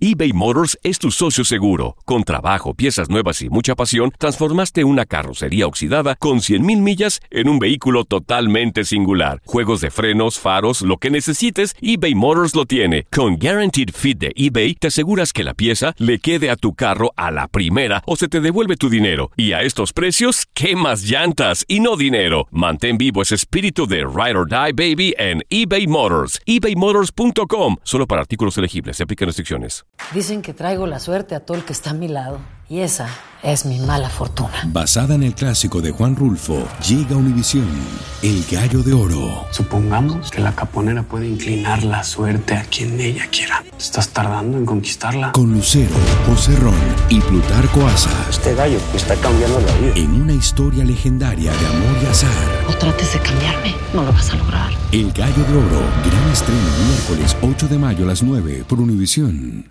eBay Motors es tu socio seguro. Con trabajo, piezas nuevas y mucha pasión, transformaste una carrocería oxidada con 100,000 millas en un vehículo totalmente singular. Juegos de frenos, faros, lo que necesites, eBay Motors lo tiene. Con Guaranteed Fit de eBay, te aseguras que la pieza le quede a tu carro a la primera o se te devuelve tu dinero. Y a estos precios, ¿qué más llantas y no dinero? Mantén vivo ese espíritu de Ride or Die, baby, en eBay Motors. ebaymotors.com. Solo para artículos elegibles. Se aplican restricciones. Dicen que traigo la suerte a todo el que está a mi lado. Y esa es mi mala fortuna. Basada en el clásico de Juan Rulfo, llega a Univisión, El Gallo de Oro. Supongamos que la caponera puede inclinar la suerte a quien ella quiera. ¿Estás tardando en conquistarla? Con Lucero, José Ron y Plutarco Asa. Este gallo me está cambiando la vida. En una historia legendaria de amor y azar. No trates de cambiarme, no lo vas a lograr. El Gallo de Oro, gran estreno miércoles 8 de mayo a las 9 por Univisión.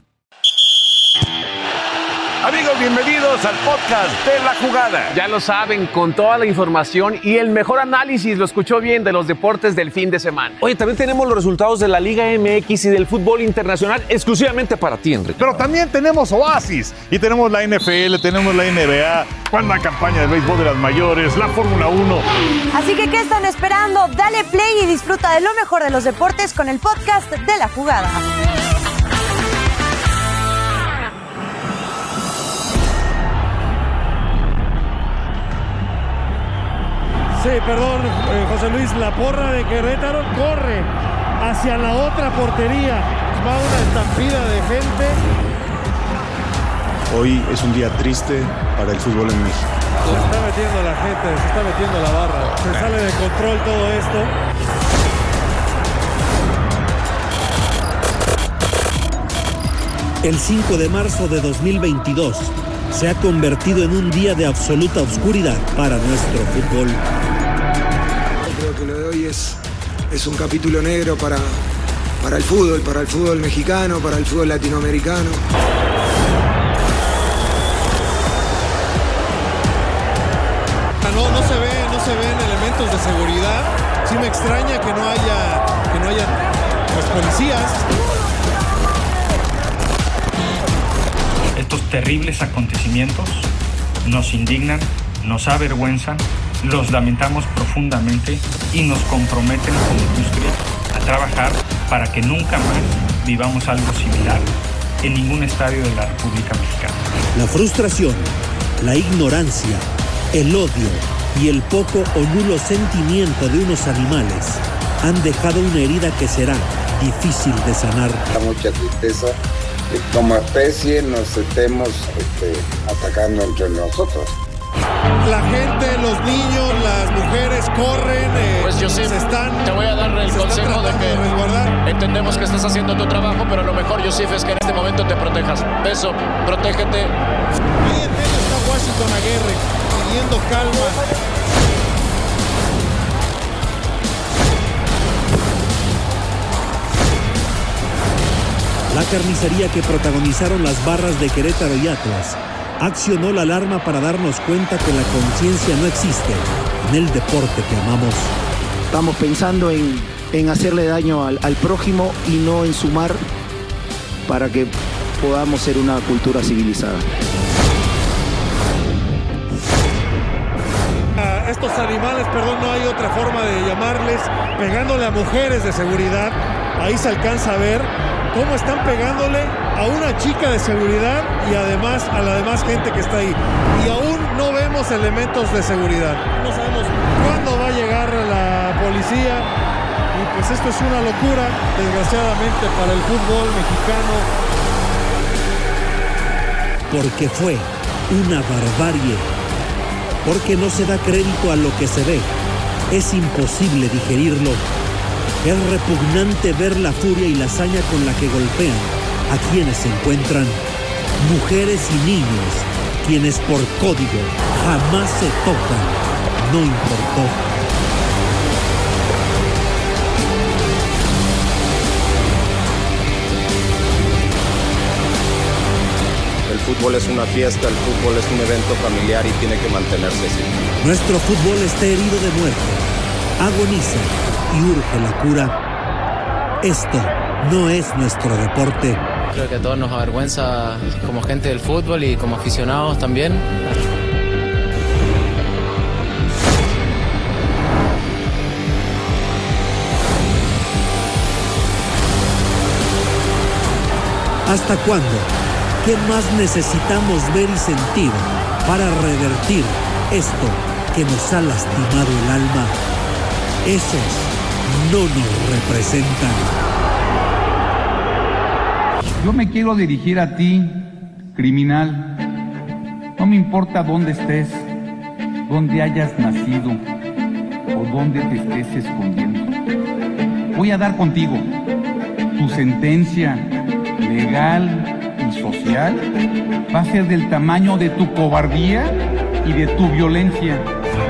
Amigos, bienvenidos al podcast de La Jugada. Ya lo saben, con toda la información y el mejor análisis, lo escuchó bien, de los deportes del fin de semana. Oye, también tenemos los resultados de la Liga MX y del fútbol internacional exclusivamente para ti, Enrique. Pero también tenemos Oasis y tenemos la NFL, tenemos la NBA, la campaña de béisbol de las mayores, la Fórmula 1. Así que, ¿qué están esperando? Dale play y disfruta de lo mejor de los deportes con el podcast de La Jugada. Sí, perdón, José Luis, la porra de Querétaro corre hacia la otra portería. Va una estampida de gente. Hoy es un día triste para el fútbol en México. Se está metiendo la gente, se está metiendo la barra. Se sale de control todo esto. El 5 de marzo de 2022 se ha convertido en un día de absoluta oscuridad para nuestro fútbol. Creo que lo de hoy es un capítulo negro para el fútbol mexicano, para el fútbol latinoamericano. No se ven elementos de seguridad. Sí me extraña que no haya pues, policías. Estos terribles acontecimientos nos indignan, nos avergüenzan, los lamentamos profundamente y nos comprometen como industria a trabajar para que nunca más vivamos algo similar en ningún estadio de la República Mexicana. La frustración, la ignorancia, el odio y el poco o nulo sentimiento de unos animales han dejado una herida que será difícil de sanar. Da mucha tristeza que como especie nos estemos atacando entre nosotros. La gente, los niños, las mujeres corren. Pues yo sí, te voy a dar el consejo de que entendemos que estás haciendo tu trabajo, pero lo mejor, Yusif, es que en este momento te protejas. Eso, protégete. Ahí en medio está Washington Aguirre pidiendo calma. La carnicería que protagonizaron las barras de Querétaro y Atlas accionó la alarma para darnos cuenta que la conciencia no existe en el deporte que amamos. Estamos pensando en hacerle daño al prójimo y no en sumar para que podamos ser una cultura civilizada. Estos animales, no hay otra forma de llamarles, pegándole a mujeres de seguridad. Ahí se alcanza a ver cómo están pegándole a una chica de seguridad y además a la demás gente que está ahí. Y aún no vemos elementos de seguridad. No sabemos cuándo va a llegar la policía. Y pues esto es una locura, desgraciadamente, para el fútbol mexicano. Porque fue una barbarie. Porque no se da crédito a lo que se ve. Es imposible digerirlo. Es repugnante ver la furia y la hazaña con la que golpean a quienes se encuentran, mujeres y niños, quienes por código jamás se tocan, no importó. El fútbol es una fiesta, el fútbol es un evento familiar y tiene que mantenerse así. Nuestro fútbol está herido de muerte, agoniza y urge la cura. Esto no es nuestro deporte. Creo que a todos nos avergüenza como gente del fútbol y como aficionados también. ¿Hasta cuándo? ¿Qué más necesitamos ver y sentir para revertir esto que nos ha lastimado el alma? Esos no nos representan. Yo me quiero dirigir a ti, criminal. No me importa dónde estés, dónde hayas nacido o dónde te estés escondiendo. Voy a dar contigo. Tu sentencia legal y social va a ser del tamaño de tu cobardía y de tu violencia.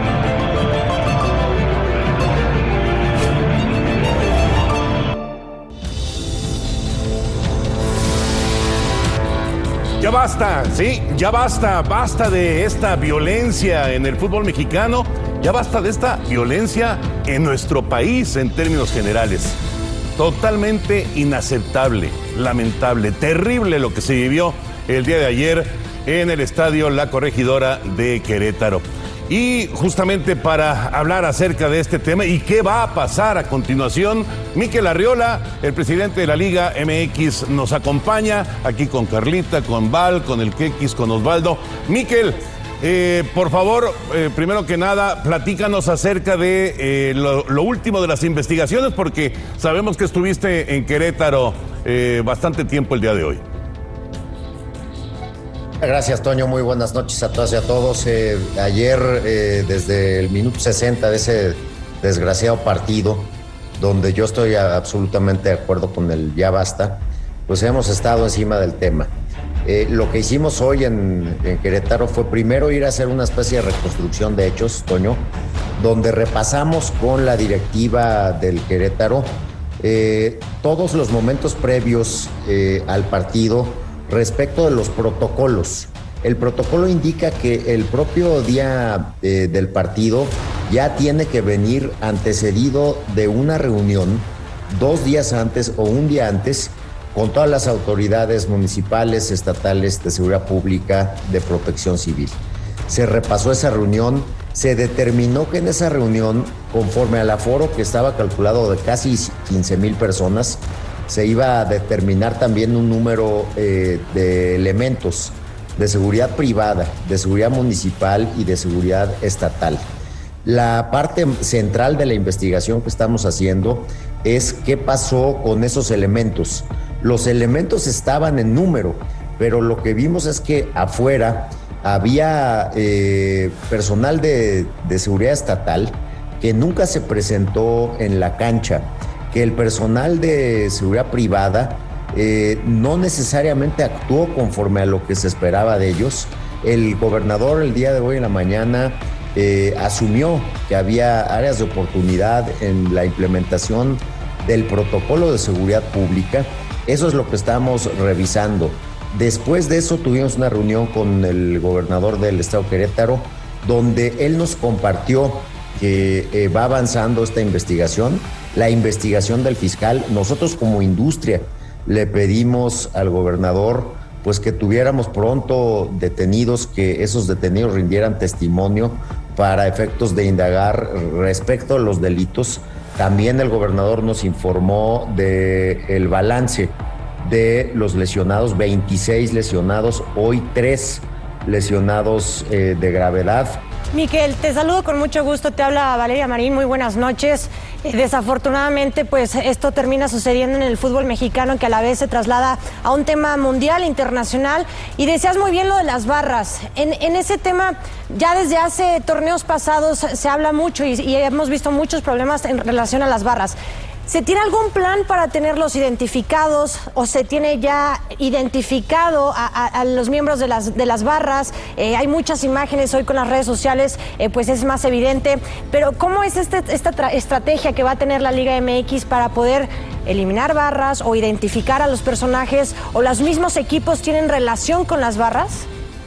Ya basta, sí, ya basta de esta violencia en el fútbol mexicano, ya basta de esta violencia en nuestro país en términos generales. Totalmente inaceptable, lamentable, terrible lo que se vivió el día de ayer en el estadio La Corregidora de Querétaro. Y justamente para hablar acerca de este tema y qué va a pasar a continuación, Mikel Arriola, el presidente de la Liga MX, nos acompaña aquí con Carlita, con Val, con el Kekis, con Osvaldo. Mikel, por favor, primero que nada, platícanos acerca de lo último de las investigaciones, porque sabemos que estuviste en Querétaro bastante tiempo el día de hoy. Gracias, Toño. Muy buenas noches a todas y a todos. Ayer, desde el minuto 60 de ese desgraciado partido, donde yo estoy absolutamente de acuerdo con el ya basta, pues hemos estado encima del tema. Lo que hicimos hoy en Querétaro fue primero ir a hacer una especie de reconstrucción de hechos, Toño, donde repasamos con la directiva del Querétaro todos los momentos previos al partido respecto de los protocolos. El protocolo indica que el propio día del partido ya tiene que venir antecedido de una reunión 2 días antes o un día antes con todas las autoridades municipales, estatales, de seguridad pública, de protección civil. Se repasó esa reunión, se determinó que en esa reunión, conforme al aforo que estaba calculado de casi 15,000 personas, se iba a determinar también un número de elementos de seguridad privada, de seguridad municipal y de seguridad estatal. La parte central de la investigación que estamos haciendo es qué pasó con esos elementos. Los elementos estaban en número, pero lo que vimos es que afuera había personal de seguridad estatal que nunca se presentó en la cancha, que el personal de seguridad privada no necesariamente actuó conforme a lo que se esperaba de ellos. El gobernador el día de hoy en la mañana asumió que había áreas de oportunidad en la implementación del protocolo de seguridad pública. Eso es lo que estamos revisando. Después de eso tuvimos una reunión con el gobernador del estado Querétaro, donde él nos compartió que va avanzando esta investigación, la investigación del fiscal. Nosotros como industria le pedimos al gobernador pues que tuviéramos pronto detenidos, que esos detenidos rindieran testimonio para efectos de indagar respecto a los delitos. También el gobernador nos informó del balance de los lesionados, 26 lesionados, hoy 3 lesionados de gravedad. Mikel, te saludo con mucho gusto, te habla Valeria Marín, muy buenas noches. Desafortunadamente, pues esto termina sucediendo en el fútbol mexicano, que a la vez se traslada a un tema mundial, internacional, y decías muy bien lo de las barras. En ese tema, ya desde hace torneos pasados se habla mucho y hemos visto muchos problemas en relación a las barras. ¿Se tiene algún plan para tenerlos identificados o se tiene ya identificado a los miembros de las barras? Hay muchas imágenes hoy con las redes sociales, pues es más evidente. Pero ¿cómo es esta estrategia que va a tener la Liga MX para poder eliminar barras o identificar a los personajes? ¿O los mismos equipos tienen relación con las barras?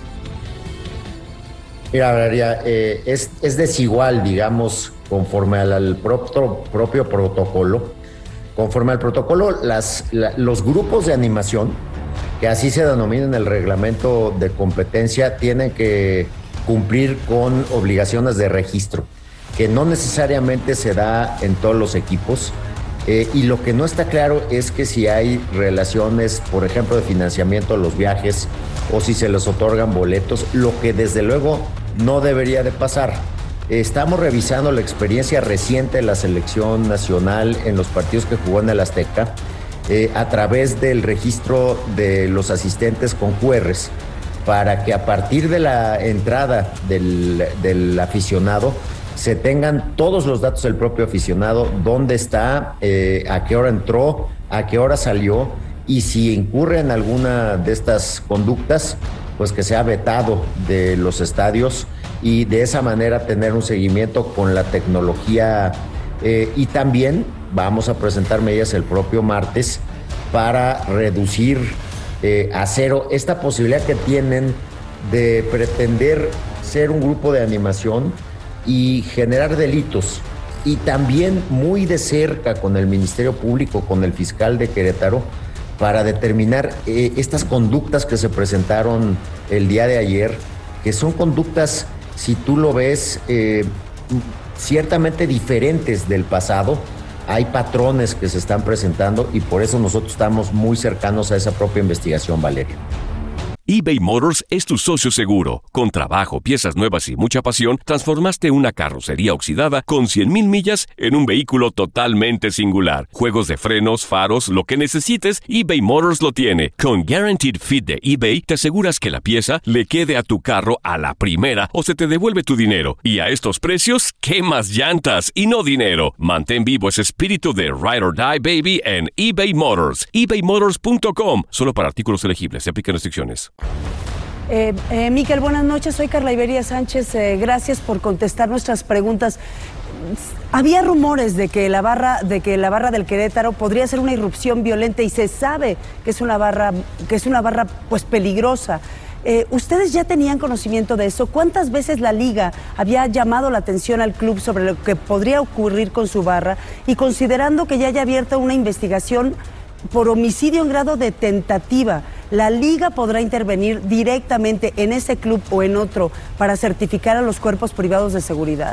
Mira, Valeria, es desigual, digamos, conforme al propio protocolo. Conforme al protocolo, los grupos de animación que así se denomina en el reglamento de competencia, tienen que cumplir con obligaciones de registro, que no necesariamente se da en todos los equipos. Y lo que no está claro es que si hay relaciones, por ejemplo, de financiamiento de los viajes o si se les otorgan boletos, lo que desde luego no debería de pasar. Estamos revisando la experiencia reciente de la selección nacional en los partidos que jugó en el Azteca a través del registro de los asistentes con QRs, para que a partir de la entrada del aficionado se tengan todos los datos del propio aficionado, dónde está, a qué hora entró, a qué hora salió, y si incurre en alguna de estas conductas, pues que sea vetado de los estadios, y de esa manera tener un seguimiento con la tecnología. Y también vamos a presentar medidas el propio martes para reducir a cero esta posibilidad que tienen de pretender ser un grupo de animación y generar delitos. Y también muy de cerca con el Ministerio Público, con el fiscal de Querétaro, para determinar estas conductas que se presentaron el día de ayer, que son conductas, si tú lo ves, ciertamente diferentes del pasado. Hay patrones que se están presentando y por eso nosotros estamos muy cercanos a esa propia investigación, Valeria. eBay Motors es tu socio seguro. Con trabajo, piezas nuevas y mucha pasión, transformaste una carrocería oxidada con 100,000 millas en un vehículo totalmente singular. Juegos de frenos, faros, lo que necesites, eBay Motors lo tiene. Con Guaranteed Fit de eBay, te aseguras que la pieza le quede a tu carro a la primera o se te devuelve tu dinero. Y a estos precios, ¿qué más llantas y no dinero? Mantén vivo ese espíritu de Ride or Die, baby, en eBay Motors. ebaymotors.com. Solo para artículos elegibles. Se aplican restricciones. Miquel, buenas noches. Soy Carla Iberia Sánchez. Gracias por contestar nuestras preguntas. Había rumores de que la barra del Querétaro podría ser una irrupción violenta y se sabe que es una barra pues peligrosa. ¿Ustedes ya tenían conocimiento de eso? ¿Cuántas veces la Liga había llamado la atención al club sobre lo que podría ocurrir con su barra? Y considerando que ya haya abierta una investigación por homicidio en grado de tentativa, ¿la Liga podrá intervenir directamente en ese club o en otro para certificar a los cuerpos privados de seguridad?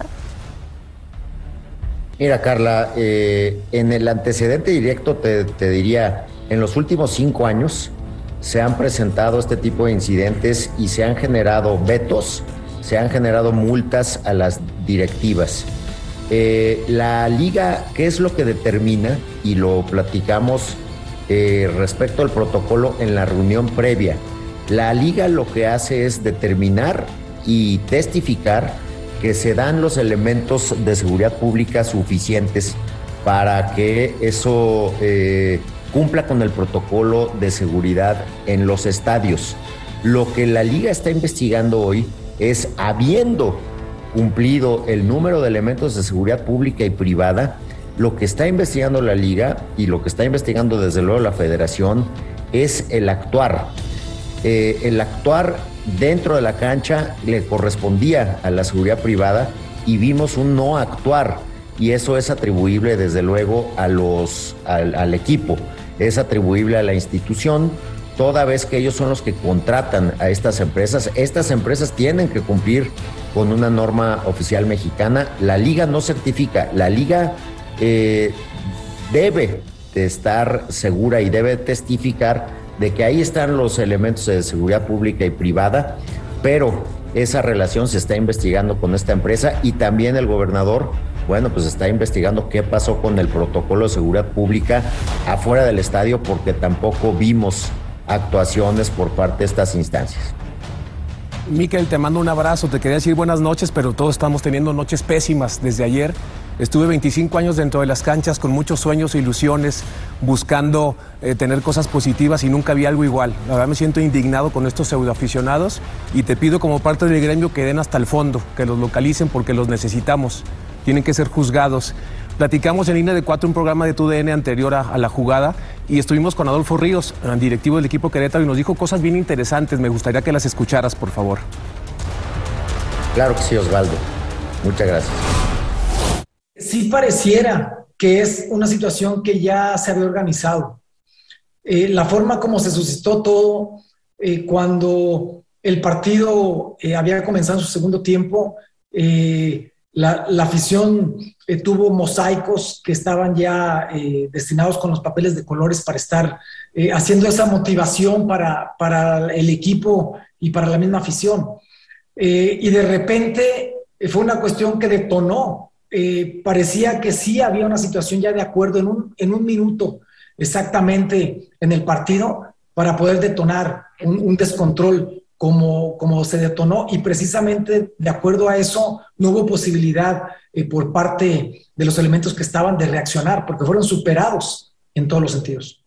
Mira, Carla, en el antecedente directo te diría, en los últimos 5 años se han presentado este tipo de incidentes y se han generado vetos, se han generado multas a las directivas. La Liga, ¿qué es lo que determina? Y lo platicamos respecto al protocolo en la reunión previa. La Liga lo que hace es determinar y testificar que se dan los elementos de seguridad pública suficientes para que eso cumpla con el protocolo de seguridad en los estadios. Lo que la Liga está investigando hoy es, habiendo cumplido el número de elementos de seguridad pública y privada, lo que está investigando la Liga y lo que está investigando desde luego la Federación es el actuar. El actuar dentro de la cancha le correspondía a la seguridad privada y vimos un no actuar, y eso es atribuible desde luego al equipo, es atribuible a la institución, toda vez que ellos son los que contratan a estas empresas. Estas empresas tienen que cumplir con una norma oficial mexicana. La Liga no certifica, la Liga debe de estar segura y debe testificar de que ahí están los elementos de seguridad pública y privada, pero esa relación se está investigando con esta empresa, y también el gobernador, bueno, pues está investigando qué pasó con el protocolo de seguridad pública afuera del estadio, porque tampoco vimos actuaciones por parte de estas instancias. Miquel, te mando un abrazo, te quería decir buenas noches, pero todos estamos teniendo noches pésimas desde ayer. Estuve 25 años dentro de las canchas con muchos sueños e ilusiones, buscando tener cosas positivas, y nunca vi algo igual. La verdad me siento indignado con estos pseudoaficionados, y te pido como parte del gremio que den hasta el fondo, que los localicen porque los necesitamos. Tienen que ser juzgados. Platicamos en Línea de 4, un programa de TUDN anterior a la jugada, y estuvimos con Adolfo Ríos, directivo del equipo Querétaro, y nos dijo cosas bien interesantes. Me gustaría que las escucharas, por favor. Claro que sí, Osvaldo. Muchas gracias. Sí pareciera que es una situación que ya se había organizado. la forma como se suscitó todo, cuando el partido había comenzado en su segundo tiempo, la afición tuvo mosaicos que estaban ya destinados con los papeles de colores para estar haciendo esa motivación para el equipo y para la misma afición. Y de repente fue una cuestión que detonó. Parecía que sí había una situación ya de acuerdo en un minuto exactamente en el partido para poder detonar un descontrol como se detonó, y precisamente de acuerdo a eso no hubo posibilidad por parte de los elementos que estaban de reaccionar, porque fueron superados en todos los sentidos.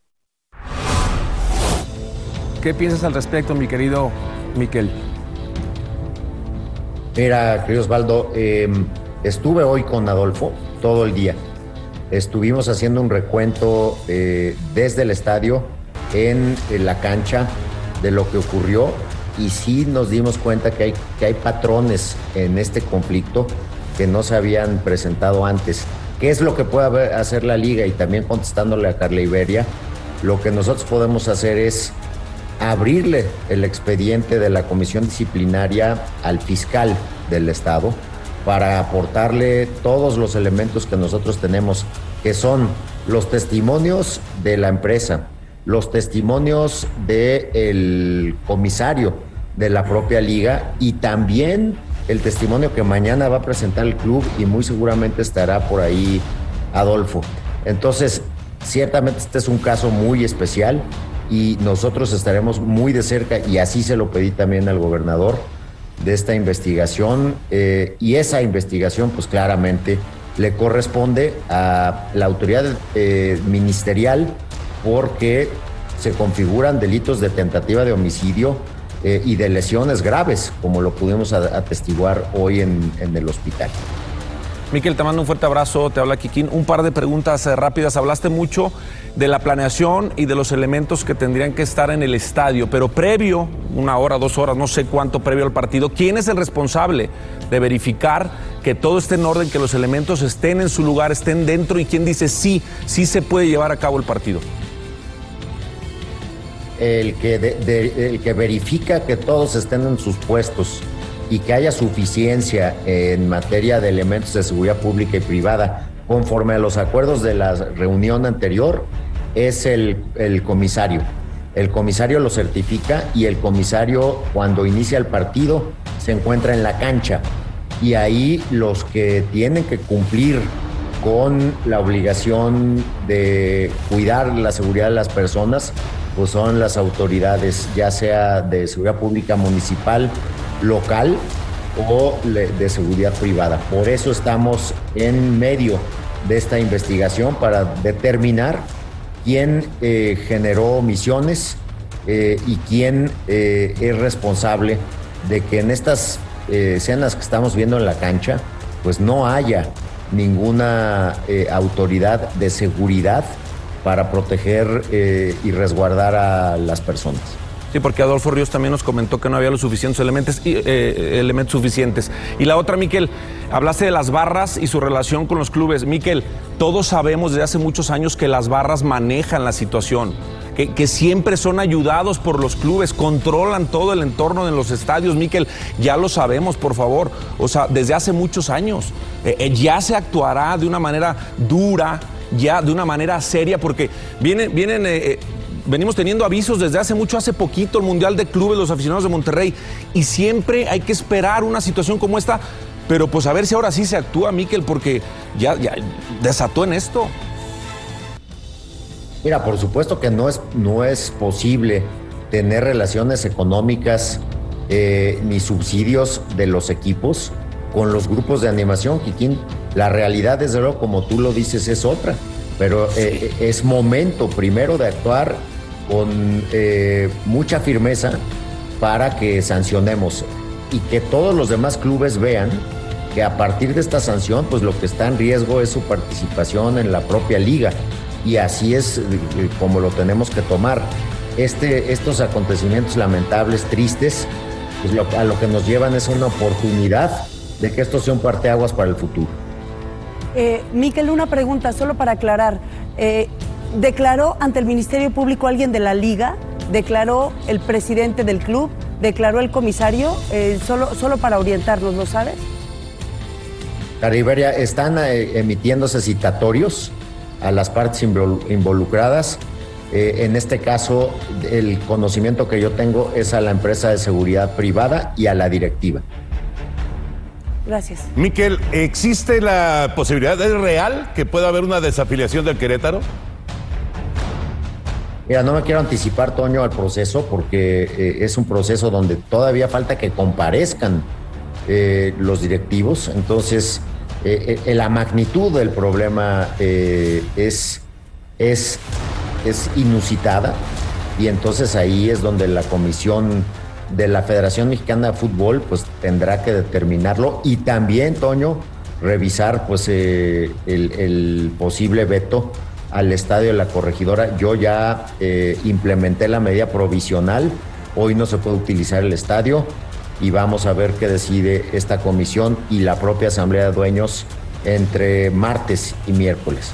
¿Qué piensas al respecto, mi querido Miquel? Mira, querido Osvaldo, estuve hoy con Adolfo todo el día. Estuvimos haciendo un recuento desde el estadio, en la cancha, de lo que ocurrió, y sí nos dimos cuenta que hay patrones en este conflicto que no se habían presentado antes. ¿Qué es lo que puede hacer la liga? Y también contestándole a Carla Iberia, lo que nosotros podemos hacer es abrirle el expediente de la comisión disciplinaria al fiscal del estado para aportarle todos los elementos que nosotros tenemos, que son los testimonios de la empresa, los testimonios del comisario de la propia liga, y también el testimonio que mañana va a presentar el club, y muy seguramente estará por ahí Adolfo. Entonces, ciertamente este es un caso muy especial y nosotros estaremos muy de cerca, y así se lo pedí también al gobernador, de esta investigación, y esa investigación pues claramente le corresponde a la autoridad ministerial, porque se configuran delitos de tentativa de homicidio y de lesiones graves, como lo pudimos atestiguar hoy en el hospital. Miquel, te mando un fuerte abrazo, te habla Kikín. Un par de preguntas rápidas. Hablaste mucho de la planeación y de los elementos que tendrían que estar en el estadio, pero previo, 1 hora, 2 horas, no sé cuánto previo al partido, ¿quién es el responsable de verificar que todo esté en orden, que los elementos estén en su lugar, estén dentro, y quién dice sí se puede llevar a cabo el partido? El que verifica que todos estén en sus puestos y que haya suficiencia en materia de elementos de seguridad pública y privada conforme a los acuerdos de la reunión anterior es el comisario. El comisario lo certifica, y el comisario, cuando inicia el partido, se encuentra en la cancha, y ahí los que tienen que cumplir con la obligación de cuidar la seguridad de las personas pues son las autoridades, ya sea de seguridad pública municipal, local o de seguridad privada. Por eso estamos en medio de esta investigación, para determinar quién generó omisiones y quién es responsable de que en estas escenas que estamos viendo en la cancha, pues no haya ninguna autoridad de seguridad para proteger y resguardar a las personas. Sí, porque Adolfo Ríos también nos comentó que no había los suficientes elementos suficientes. Y la otra, Miquel, hablaste de las barras y su relación con los clubes. Miquel, todos sabemos desde hace muchos años que las barras manejan la situación, que siempre son ayudados por los clubes, controlan todo el entorno de los estadios. Miquel, ya lo sabemos, por favor. O sea, desde hace muchos años ya se actuará de una manera dura, ya de una manera seria, porque venimos teniendo avisos desde hace poquito, el Mundial de Clubes, los aficionados de Monterrey, y siempre hay que esperar una situación como esta, pero pues a ver si ahora sí se actúa, Miquel, porque ya desató en esto. Mira, por supuesto que no es posible tener relaciones económicas ni subsidios de los equipos con los grupos de animación, Kikín. La realidad, desde luego, como tú lo dices, es otra, pero es momento primero de actuar con mucha firmeza para que sancionemos, y que todos los demás clubes vean que a partir de esta sanción, pues lo que está en riesgo es su participación en la propia liga, y así es como lo tenemos que tomar. Estos acontecimientos lamentables, tristes, pues a lo que nos llevan es una oportunidad de que esto sea un parteaguas para el futuro. Miquel, una pregunta solo para aclarar. ¿Declaró ante el Ministerio Público alguien de la Liga? ¿Declaró el presidente del club? ¿Declaró el comisario? Solo para orientarnos, ¿lo sabes? Cariberia, están emitiéndose citatorios a las partes involucradas. En este caso, el conocimiento que yo tengo es a la empresa de seguridad privada y a la directiva. Gracias. Miquel, ¿existe la posibilidad, es real, que pueda haber una desafiliación del Querétaro? Mira, no me quiero anticipar, Toño, al proceso porque es un proceso donde todavía falta que comparezcan los directivos. Entonces, la magnitud del problema es inusitada y entonces ahí es donde la comisión de la Federación Mexicana de Fútbol pues tendrá que determinarlo y también, Toño, revisar pues el posible veto al estadio de la Corregidora. Yo ya implementé la medida provisional, hoy no se puede utilizar el estadio y vamos a ver qué decide esta comisión y la propia Asamblea de Dueños entre martes y miércoles.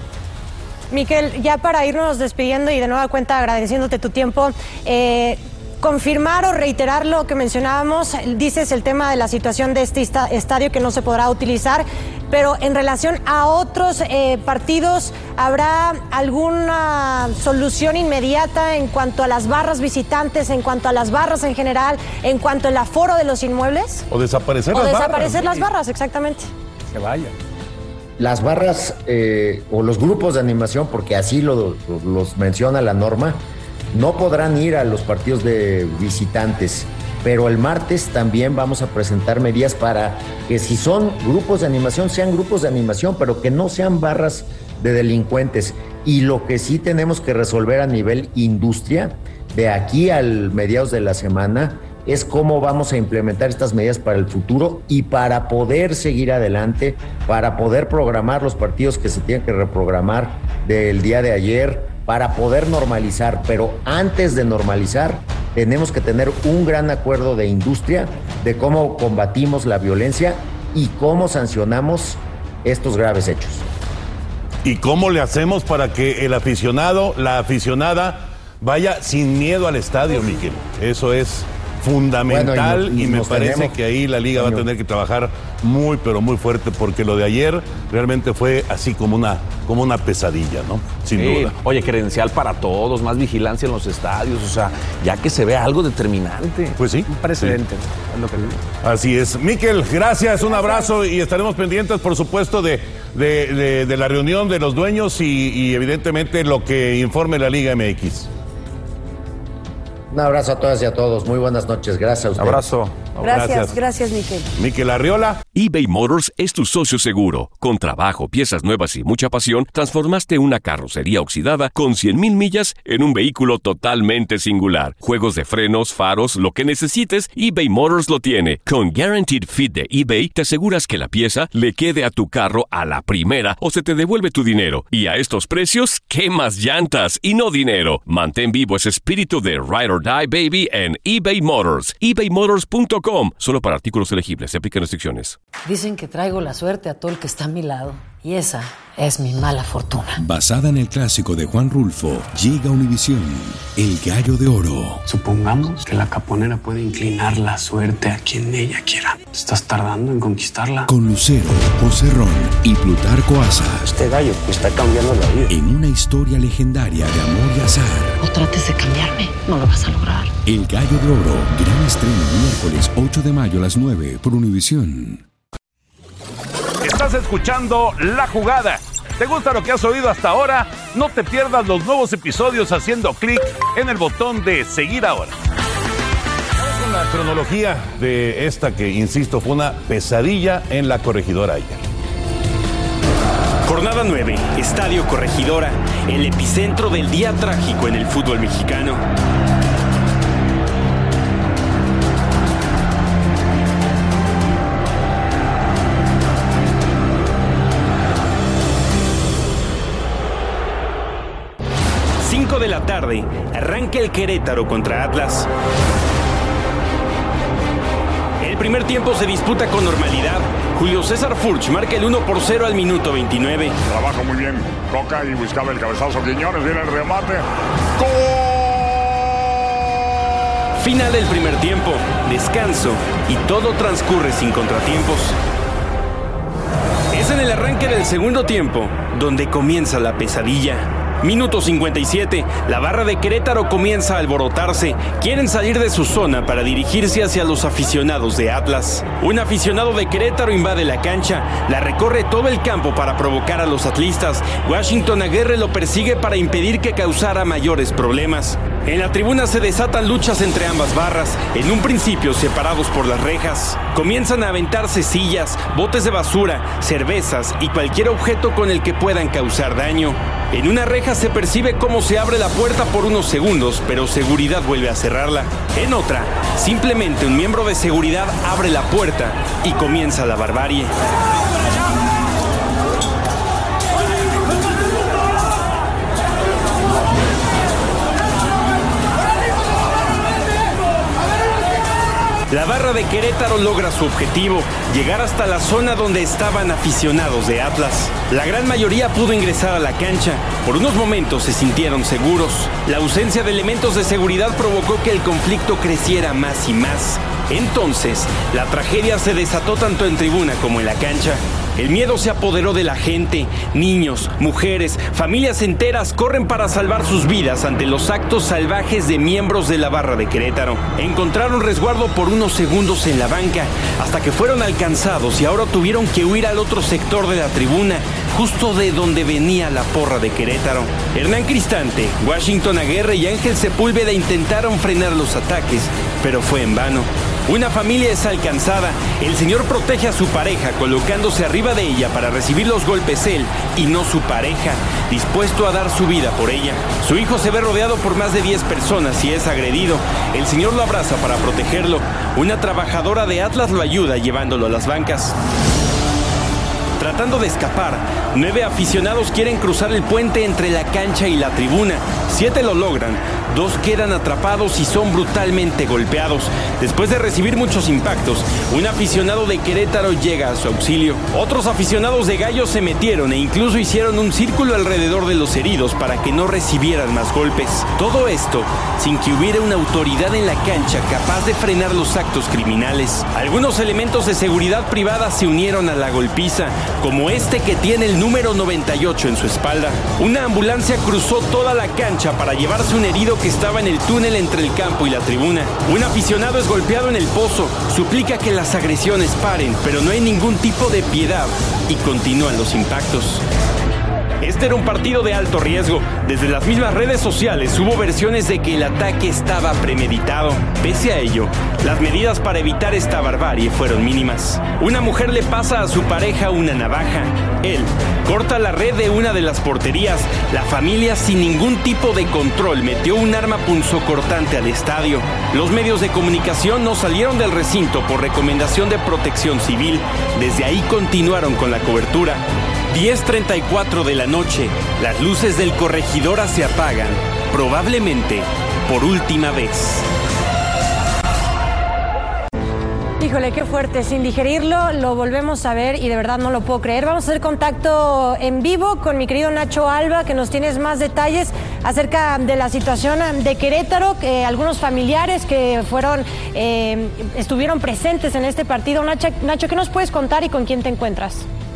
Miquel, ya para irnos despidiendo y de nueva cuenta agradeciéndote tu tiempo, confirmar o reiterar lo que mencionábamos, dices el tema de la situación de este estadio que no se podrá utilizar, pero en relación a otros partidos, ¿habrá alguna solución inmediata en cuanto a las barras visitantes, en cuanto a las barras en general, en cuanto al aforo de los inmuebles? O desaparecer las barras. O desaparecer las barras, exactamente. Que vayan. Las barras o los grupos de animación, porque así los menciona la norma, no podrán ir a los partidos de visitantes, pero el martes también vamos a presentar medidas para que si son grupos de animación, sean grupos de animación, pero que no sean barras de delincuentes. Y lo que sí tenemos que resolver a nivel industria, de aquí al mediados de la semana, es cómo vamos a implementar estas medidas para el futuro y para poder seguir adelante, para poder programar los partidos que se tienen que reprogramar del día de ayer, para poder normalizar. Pero antes de normalizar, tenemos que tener un gran acuerdo de industria de cómo combatimos la violencia y cómo sancionamos estos graves hechos. ¿Y cómo le hacemos para que el aficionado, la aficionada, vaya sin miedo al estadio, Miquel? Eso es fundamental. Bueno, y me parece que ahí la liga va a tener que trabajar muy, pero muy fuerte, porque lo de ayer realmente fue así como una pesadilla, ¿no? Sin duda. Oye, credencial para todos, más vigilancia en los estadios, o sea, ya que se vea algo determinante. Pues sí. Un precedente. Sí. Es lo que digo. Así es. Miquel, gracias, un abrazo y estaremos pendientes, por supuesto, de la reunión de los dueños y evidentemente lo que informe la Liga MX. Un abrazo a todas y a todos. Muy buenas noches. Gracias a ustedes. Abrazo. Gracias, Miquel. Miquel Arriola. eBay Motors es tu socio seguro. Con trabajo, piezas nuevas y mucha pasión, transformaste una carrocería oxidada con 100,000 millas en un vehículo totalmente singular. Juegos de frenos, faros, lo que necesites, eBay Motors lo tiene. Con Guaranteed Fit de eBay, te aseguras que la pieza le quede a tu carro a la primera o se te devuelve tu dinero. Y a estos precios, ¿qué más llantas y no dinero? Mantén vivo ese espíritu de Ride or Die, baby, en eBay Motors. ebaymotors.com. Solo para artículos elegibles. Se aplican restricciones. Dicen que traigo la suerte a todo el que está a mi lado. Y esa es mi mala fortuna. Basada en el clásico de Juan Rulfo, llega Univisión, El Gallo de Oro. Supongamos que la caponera puede inclinar la suerte a quien ella quiera. ¿Estás tardando en conquistarla? Con Lucero, José Ron y Plutarco Asa. Este gallo me está cambiando la vida. En una historia legendaria de amor y azar. No trates de cambiarme, no lo vas a lograr. El Gallo de Oro, gran estreno miércoles 8 de mayo a las 9 por Univisión. Estás escuchando La Jugada. ¿Te gusta lo que has oído hasta ahora? No te pierdas los nuevos episodios haciendo clic en el botón de seguir ahora. Vamos con la cronología de esta que, insisto, fue una pesadilla en la Corregidora ayer. Jornada 9, Estadio Corregidora, el epicentro del día trágico en el fútbol mexicano. De la tarde, arranca el Querétaro contra Atlas. El primer tiempo se disputa con normalidad. Julio César Furch marca el 1-0 al minuto 29. Trabaja muy bien Coca y buscaba el cabezazo Quiñones, viene el remate. ¡Gol! Final del primer tiempo, descanso y todo transcurre sin contratiempos. Es en el arranque del segundo tiempo donde comienza la pesadilla. Minuto 57, la barra de Querétaro comienza a alborotarse. Quieren salir de su zona para dirigirse hacia los aficionados de Atlas. Un aficionado de Querétaro invade la cancha, la recorre todo el campo para provocar a los atlistas. Washington Aguirre lo persigue para impedir que causara mayores problemas. En la tribuna se desatan luchas entre ambas barras, en un principio separados por las rejas. Comienzan a aventarse sillas, botes de basura, cervezas y cualquier objeto con el que puedan causar daño. En una reja se percibe cómo se abre la puerta por unos segundos, pero seguridad vuelve a cerrarla. En otra, simplemente un miembro de seguridad abre la puerta y comienza la barbarie. La barra de Querétaro logra su objetivo, llegar hasta la zona donde estaban aficionados de Atlas. La gran mayoría pudo ingresar a la cancha. Por unos momentos se sintieron seguros. La ausencia de elementos de seguridad provocó que el conflicto creciera más y más. Entonces, la tragedia se desató tanto en tribuna como en la cancha. El miedo se apoderó de la gente. Niños, mujeres, familias enteras corren para salvar sus vidas ante los actos salvajes de miembros de la barra de Querétaro. Encontraron resguardo por unos segundos en la banca, hasta que fueron alcanzados y ahora tuvieron que huir al otro sector de la tribuna, justo de donde venía la porra de Querétaro. Hernán Cristante, Washington Aguirre y Ángel Sepúlveda intentaron frenar los ataques, pero fue en vano. Una familia es alcanzada. El señor protege a su pareja colocándose arriba de ella para recibir los golpes él y no su pareja, dispuesto a dar su vida por ella. Su hijo se ve rodeado por más de 10 personas y es agredido. El señor lo abraza para protegerlo. Una trabajadora de Atlas lo ayuda llevándolo a las bancas. Tratando de escapar, 9 aficionados quieren cruzar el puente entre la cancha y la tribuna. 7 lo logran, 2 quedan atrapados y son brutalmente golpeados. Después de recibir muchos impactos, un aficionado de Querétaro llega a su auxilio. Otros aficionados de Gallos se metieron e incluso hicieron un círculo alrededor de los heridos para que no recibieran más golpes. Todo esto sin que hubiera una autoridad en la cancha capaz de frenar los actos criminales. Algunos elementos de seguridad privada se unieron a la golpiza, como este que tiene el número 98 en su espalda. Una ambulancia cruzó toda la cancha para llevarse un herido que estaba en el túnel entre el campo y la tribuna. Un aficionado es golpeado en el pozo, suplica que las agresiones paren, pero no hay ningún tipo de piedad y continúan los impactos. Este era un partido de alto riesgo. Desde las mismas redes sociales hubo versiones de que el ataque estaba premeditado. Pese a ello, las medidas para evitar esta barbarie fueron mínimas. Una mujer le pasa a su pareja una navaja. Él corta la red de una de las porterías. La familia, sin ningún tipo de control, metió un arma punzocortante al estadio. Los medios de comunicación no salieron del recinto por recomendación de Protección Civil. Desde ahí continuaron con la cobertura. 10:34 de la noche, las luces del Corregidora se apagan, probablemente por última vez. Híjole, qué fuerte, sin digerirlo, lo volvemos a ver y de verdad no lo puedo creer. Vamos a hacer contacto en vivo con mi querido Nacho Alba, que nos tienes más detalles acerca de la situación de Querétaro, algunos familiares que estuvieron presentes en este partido. Nacho, ¿qué nos puedes contar y con quién te encuentras?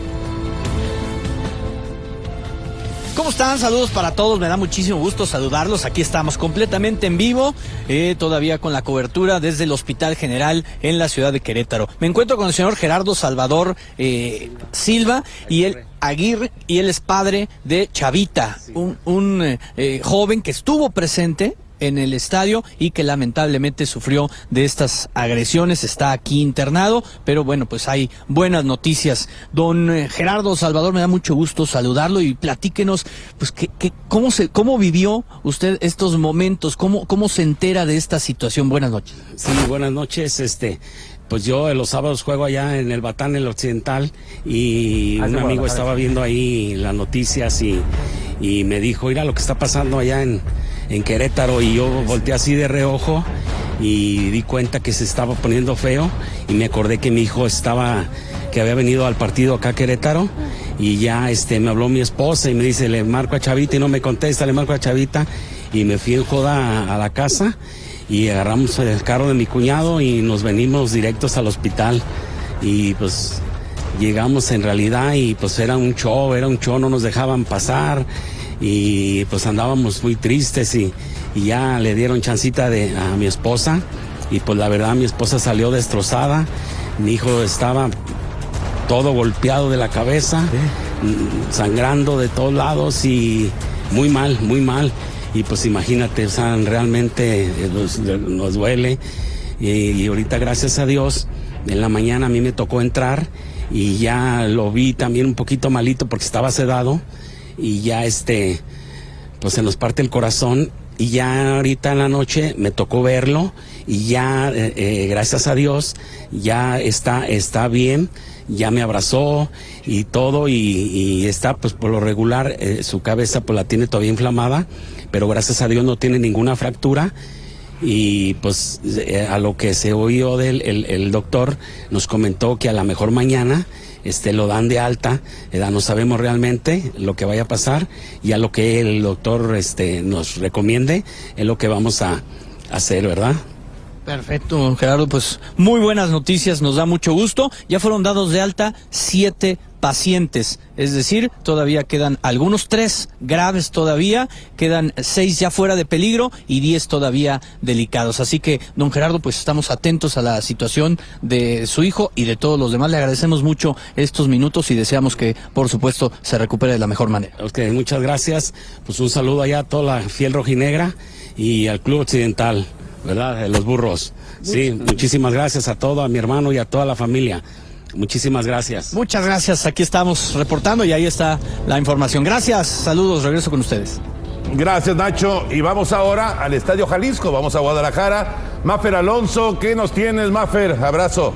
¿Cómo están? Saludos para todos, me da muchísimo gusto saludarlos. Aquí estamos completamente en vivo, todavía con la cobertura desde el Hospital General en la ciudad de Querétaro. Me encuentro con el señor Gerardo Salvador Silva y él Aguirre, y él es padre de Chavita, un joven que estuvo presente en el estadio y que lamentablemente sufrió de estas agresiones. Está aquí internado, pero bueno, pues hay buenas noticias. Don Gerardo Salvador, me da mucho gusto saludarlo y platíquenos, pues, ¿cómo vivió usted estos momentos? ¿Cómo se entera de esta situación? Buenas noches. Sí, buenas noches, pues yo los sábados juego allá en el Batán, el Occidental, y un amigo estaba viendo ahí las noticias y me dijo, mira lo que está pasando allá en Querétaro, y yo volteé así de reojo y di cuenta que se estaba poniendo feo y me acordé que mi hijo que había venido al partido acá a Querétaro y ya me habló mi esposa y me dice, le marco a Chavita y no me contesta, le marco a Chavita y me fui en joda a la casa y agarramos el carro de mi cuñado y nos venimos directos al hospital y pues llegamos en realidad y pues era un show, no nos dejaban pasar y pues andábamos muy tristes y ya le dieron chancita a mi esposa y pues la verdad mi esposa salió destrozada, mi hijo estaba todo golpeado de la cabeza, sangrando de todos lados y muy mal y pues imagínate, o sea, realmente nos duele y ahorita gracias a Dios en la mañana a mí me tocó entrar y ya lo vi también un poquito malito porque estaba sedado y ya pues se nos parte el corazón y ya ahorita en la noche me tocó verlo y ya gracias a Dios ya está bien, ya me abrazó y todo y está pues por lo regular su cabeza pues la tiene todavía inflamada, pero gracias a Dios no tiene ninguna fractura. Y pues a lo que se oyó el doctor nos comentó que a lo mejor mañana lo dan de alta, no sabemos realmente lo que vaya a pasar y a lo que el doctor nos recomiende es lo que vamos a hacer, ¿verdad? Perfecto, don Gerardo, pues muy buenas noticias, nos da mucho gusto. Ya fueron dados de alta 7 pacientes, es decir, todavía quedan algunos, 3 graves todavía, quedan 6 ya fuera de peligro y 10 todavía delicados. Así que, don Gerardo, pues estamos atentos a la situación de su hijo y de todos los demás. Le agradecemos mucho estos minutos y deseamos que, por supuesto, se recupere de la mejor manera. Ok, muchas gracias. Pues un saludo allá a toda la fiel rojinegra y al Club Occidental, ¿verdad? De los burros. Sí, muchísimas gracias a todo, a mi hermano y a toda la familia. Muchísimas gracias. Muchas gracias, aquí estamos reportando y ahí está la información. Gracias, saludos, regreso con ustedes. Gracias, Nacho. Y vamos ahora al Estadio Jalisco, vamos a Guadalajara. Mafer Alonso, ¿qué nos tienes, Mafer? Abrazo.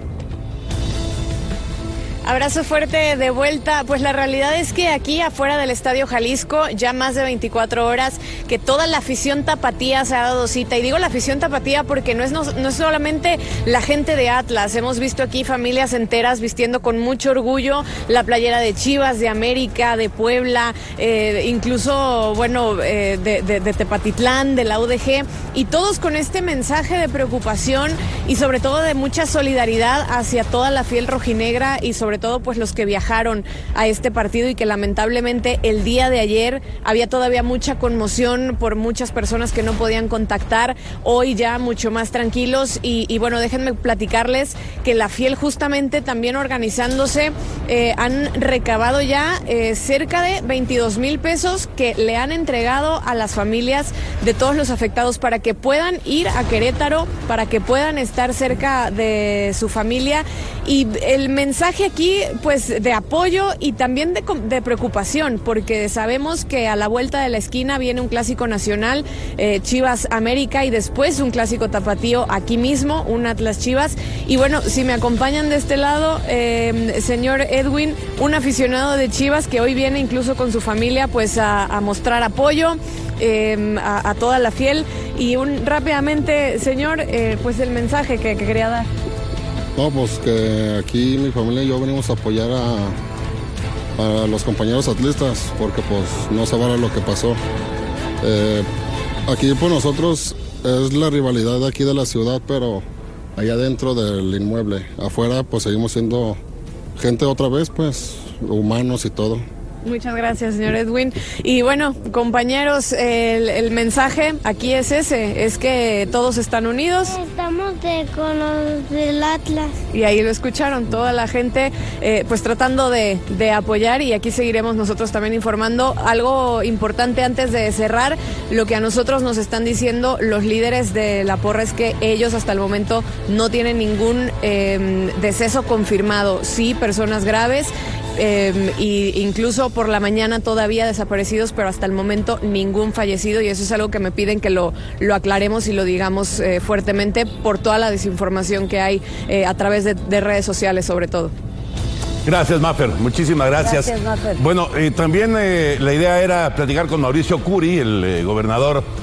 Abrazo fuerte de vuelta. Pues la realidad es que aquí afuera del Estadio Jalisco ya más de 24 horas que toda la afición tapatía se ha dado cita. Y digo la afición tapatía porque no es solamente la gente de Atlas. Hemos visto aquí familias enteras vistiendo con mucho orgullo la playera de Chivas, de América, de Puebla, incluso, bueno, de Tepatitlán, de la UDG. Y todos con este mensaje de preocupación y sobre todo de mucha solidaridad hacia toda la fiel rojinegra y sobre todo pues los que viajaron a este partido y que lamentablemente el día de ayer había todavía mucha conmoción por muchas personas que no podían contactar, hoy ya mucho más tranquilos y bueno, déjenme platicarles que la fiel justamente también organizándose han recabado ya cerca de 22,000 pesos que le han entregado a las familias de todos los afectados para que puedan ir a Querétaro, para que puedan estar cerca de su familia y el mensaje aquí pues de apoyo y también de preocupación porque sabemos que a la vuelta de la esquina viene un clásico nacional, Chivas América y después un clásico tapatío aquí mismo, un Atlas Chivas y bueno, si me acompañan de este lado, señor Edwin, un aficionado de Chivas que hoy viene incluso con su familia pues a mostrar apoyo a toda la fiel y rápidamente, señor, pues el mensaje que quería dar. No, pues que aquí mi familia y yo venimos a apoyar a los compañeros atlistas porque pues no se vale lo que pasó. Aquí pues nosotros es la rivalidad de aquí de la ciudad, pero allá dentro del inmueble. Afuera pues seguimos siendo gente otra vez, pues humanos y todo. Muchas gracias, señor Edwin. Y bueno, compañeros, el mensaje aquí es ese, es que todos están unidos. Estamos con los del Atlas. Y ahí lo escucharon, toda la gente pues tratando de apoyar y aquí seguiremos nosotros también informando. Algo importante antes de cerrar, lo que a nosotros nos están diciendo los líderes de la porra es que ellos hasta el momento no tienen ningún deceso confirmado, sí, personas graves. Y incluso por la mañana todavía desaparecidos, pero hasta el momento ningún fallecido y eso es algo que me piden que lo aclaremos y lo digamos fuertemente por toda la desinformación que hay a través de redes sociales sobre todo. Gracias, Mafer, muchísimas gracias. Gracias, Mafer. Bueno, también la idea era platicar con Mauricio Curi, el gobernador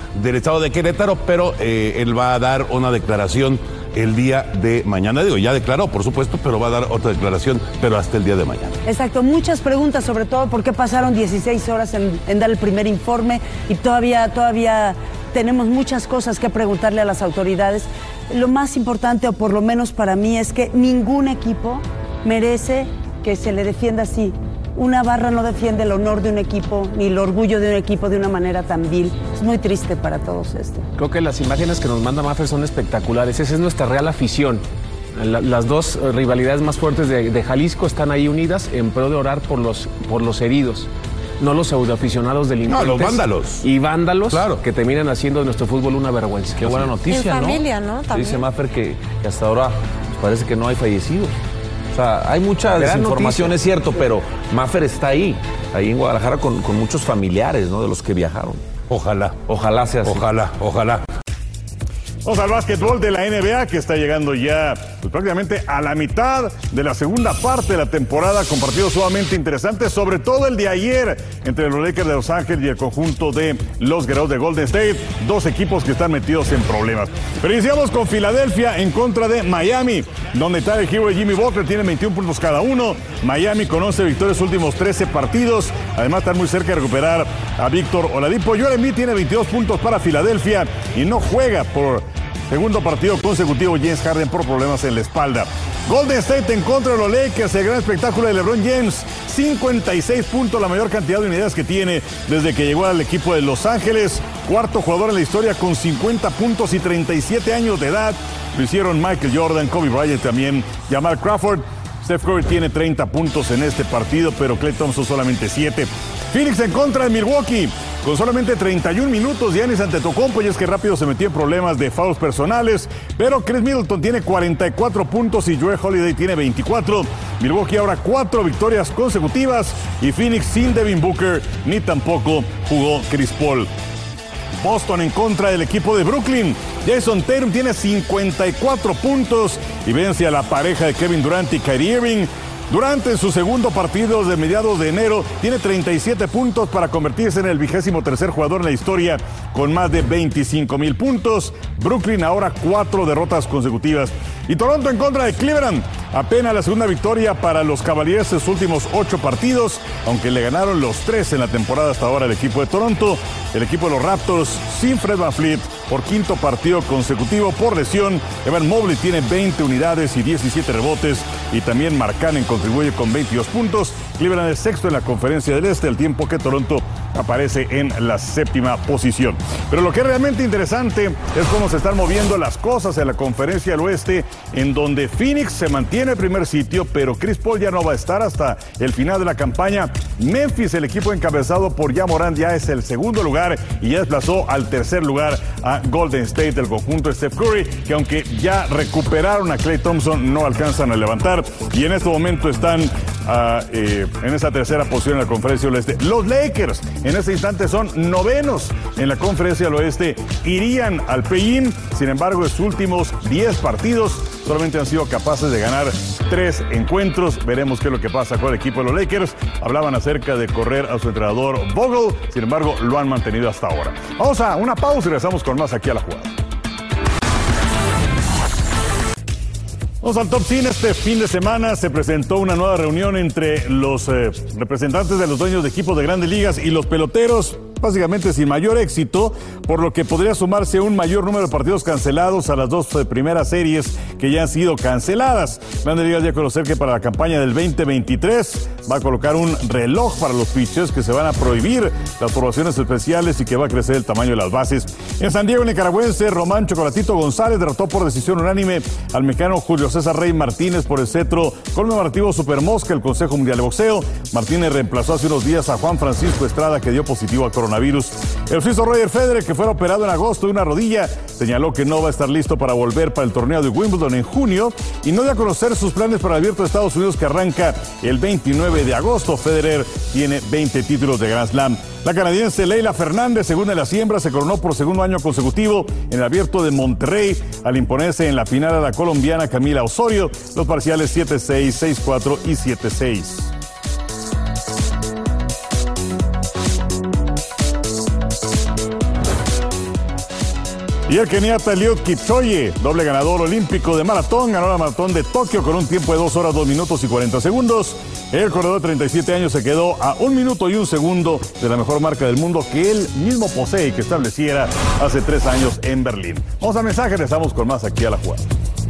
del estado de Querétaro, pero él va a dar una declaración el día de mañana. Digo, ya declaró, por supuesto, pero va a dar otra declaración, pero hasta el día de mañana. Exacto, muchas preguntas, sobre todo por qué pasaron 16 horas en dar el primer informe y todavía tenemos muchas cosas que preguntarle a las autoridades. Lo más importante, o por lo menos para mí, es que ningún equipo merece que se le defienda así. Una barra no defiende el honor de un equipo, ni el orgullo de un equipo de una manera tan vil. Es muy triste para todos esto. Creo que las imágenes que nos manda Maffer son espectaculares. Esa es nuestra real afición. Las dos rivalidades más fuertes de Jalisco están ahí unidas en pro de orar por los heridos, no los pseudoaficionados delincuentes. No, los vándalos. Y vándalos, claro, que terminan haciendo de nuestro fútbol una vergüenza. Qué buena noticia, en familia, ¿no? También. Dice Maffer que hasta ahora parece que no hay fallecidos. O sea, hay mucha desinformación, es cierto, pero Maffer está ahí en Guadalajara con muchos familiares, ¿no? De los que viajaron. Ojalá. Ojalá sea así. Ojalá. Vamos al básquetbol de la NBA, que está llegando ya pues, prácticamente a la mitad de la segunda parte de la temporada, con partidos sumamente interesantes, sobre todo el de ayer entre los Lakers de Los Ángeles y el conjunto de los Guerreros de Golden State, dos equipos que están metidos en problemas. Pero iniciamos con Filadelfia en contra de Miami, donde Tyler Hero y Jimmy Butler tienen 21 puntos cada uno. Miami con 11 victorias en los últimos 13 partidos. Además están muy cerca de recuperar a Víctor Oladipo. Joel Embiid tiene 22 puntos para Filadelfia y no juega por segundo partido consecutivo James Harden por problemas en la espalda. Golden State en contra de los Lakers, el gran espectáculo de LeBron James, 56 puntos, la mayor cantidad de unidades que tiene desde que llegó al equipo de Los Ángeles. Cuarto jugador en la historia con 50 puntos y 37 años de edad. Lo hicieron Michael Jordan, Kobe Bryant también, Jamal Crawford. Steph Curry tiene 30 puntos en este partido, pero Klay Thompson solamente 7. Phoenix en contra de Milwaukee, con solamente 31 minutos, Giannis Antetokounmpo, y es que rápido se metió en problemas de fouls personales, pero Chris Middleton tiene 44 puntos y Jrue Holiday tiene 24. Milwaukee ahora 4 victorias consecutivas y Phoenix sin Devin Booker, ni tampoco jugó Chris Paul. Boston en contra del equipo de Brooklyn. Jason Tatum tiene 54 puntos y vence a la pareja de Kevin Durant y Kyrie Irving. Durante su segundo partido de mediados de enero, tiene 37 puntos para convertirse en el 23º jugador en la historia con más de 25,000 puntos. Brooklyn ahora 4 derrotas consecutivas. Y Toronto en contra de Cleveland. Apenas la segunda victoria para los Cavaliers en sus últimos 8 partidos, aunque le ganaron los 3 en la temporada hasta ahora el equipo de Toronto. El equipo de los Raptors sin Fred VanVleet por quinto partido consecutivo por lesión. Evan Mobley tiene 20 unidades y 17 rebotes, y también Markkanen contribuye con 22 puntos. Cleveland es sexto en la Conferencia del Este, al tiempo que Toronto aparece en la 7ª posición. Pero lo que es realmente interesante es cómo se están moviendo las cosas en la Conferencia del Oeste, en donde Phoenix se mantiene en el primer sitio, pero Chris Paul ya no va a estar hasta el final de la campaña. Memphis, el equipo encabezado por Ja Morant, ya es el segundo lugar y ya desplazó al tercer lugar a Golden State, el conjunto de Steph Curry, que aunque ya recuperaron a Klay Thompson, no alcanzan a levantar, y en este momento están en esa tercera posición en la Conferencia del Oeste. Los Lakers en este instante son novenos en la Conferencia del Oeste, irían al play-in. Sin embargo, en sus últimos 10 partidos solamente han sido capaces de ganar 3 encuentros. Veremos qué es lo que pasa con el equipo de los Lakers. Hablaban acerca de correr a su entrenador Vogel, sin embargo lo han mantenido hasta ahora. Vamos a una pausa y regresamos con más aquí a La Jugada. Vamos al Top 100. Este fin de semana se presentó una nueva reunión entre los representantes de los dueños de equipos de grandes ligas y los peloteros, básicamente sin mayor éxito, por lo que podría sumarse un mayor número de partidos cancelados a las 2 primeras series que ya han sido canceladas. Grandes Ligas dio a conocer que para la campaña del 2023 va a colocar un reloj para los pitchers, que se van a prohibir las probaciones especiales y que va a crecer el tamaño de las bases. En San Diego, el nicaragüense Román Chocolatito González derrotó por decisión unánime al mexicano Julio César Rey Martínez por el cetro conmemorativo Super Mosca del Consejo Mundial de Boxeo. Martínez reemplazó hace unos días a Juan Francisco Estrada, que dio positivo a coronavirus. El suizo Roger Federer, que fue operado en agosto de una rodilla, señaló que no va a estar listo para volver para el torneo de Wimbledon en junio y no dio a conocer sus planes para el Abierto de Estados Unidos, que arranca el 29 de agosto. Federer tiene 20 títulos de Grand Slam. La canadiense Leila Fernández, segunda en la siembra, se coronó por segundo año consecutivo en el Abierto de Monterrey al imponerse en la final a la colombiana Camila Osorio, los parciales 7-6, 6-4 y 7-6. Y el keniata Eliud Kipchoge, doble ganador olímpico de maratón, ganó la maratón de Tokio con un tiempo de 2 horas, 2 minutos y 40 segundos. El corredor de 37 años se quedó a 1 minuto y 1 segundo de la mejor marca del mundo que él mismo posee y que estableciera hace 3 años en Berlín. Vamos al mensaje, regresamos con más aquí a La Jugada.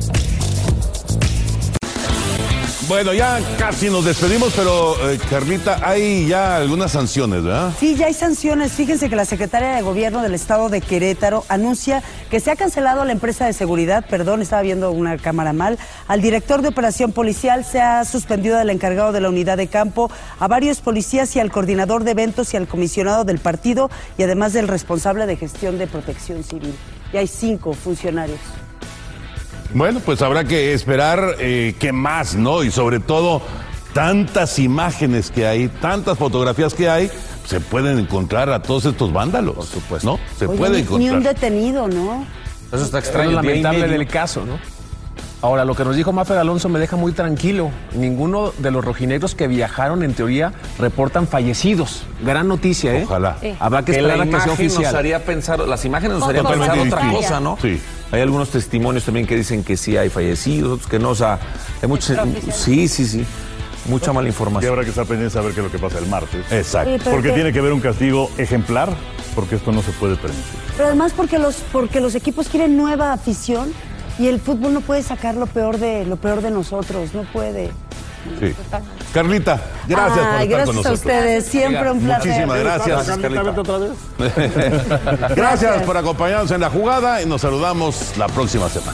Bueno, ya casi nos despedimos, pero Carlita, hay ya algunas sanciones, ¿verdad? Sí, ya hay sanciones. Fíjense que la secretaria de Gobierno del Estado de Querétaro anuncia que se ha cancelado a la empresa de seguridad, estaba viendo una cámara mal, al director de operación policial, se ha suspendido al encargado de la unidad de campo, a varios policías y al coordinador de eventos y al comisionado del partido y además del responsable de gestión de protección civil. Ya hay 5 funcionarios. Bueno, pues habrá que esperar qué más, ¿no? Y sobre todo, tantas imágenes que hay, tantas fotografías que hay, se pueden encontrar a todos estos vándalos. Por supuesto. ¿No? Se puede encontrar. Ni un detenido, ¿no? Eso está extraño. Es lo lamentable del caso, ¿no? Ahora, lo que nos dijo Mafer Alonso me deja muy tranquilo. Ninguno de los rojinegros que viajaron, en teoría, reportan fallecidos. Gran noticia, ¿eh? Ojalá. Habrá que esperar a que sea oficial. Nos haría pensar, las imágenes nos harían pensar otra cosa, ¿no? Sí. Hay algunos testimonios también que dicen que sí hay fallecidos, otros que no, o sea, hay muchos... Sí. Mucha mala información. Y habrá que estar pendientes a ver qué es lo que pasa el martes. Exacto. Sí, porque tiene que haber un castigo ejemplar, porque esto no se puede permitir. Pero además porque los equipos quieren nueva afición y el fútbol no puede sacar lo peor de nosotros, no puede. Sí. Carlita, gracias por estar gracias con nosotros. A ustedes, siempre un placer. Muchísimas gracias, Carlita. Otra vez. Gracias por acompañarnos en La Jugada y nos saludamos la próxima semana.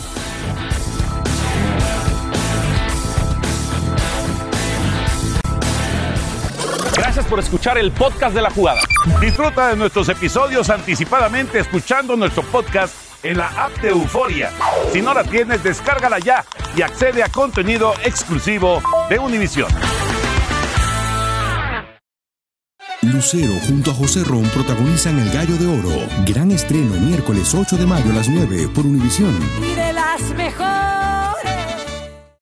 Gracias por escuchar el podcast de La Jugada. Disfruta de nuestros episodios anticipadamente escuchando nuestro podcast en la app de Euforia. Si no la tienes, descárgala ya y accede a contenido exclusivo de Univisión. Lucero junto a José Ron protagonizan El Gallo de Oro. Gran estreno miércoles 8 de mayo a las 9 por Univisión. Y de las mejores.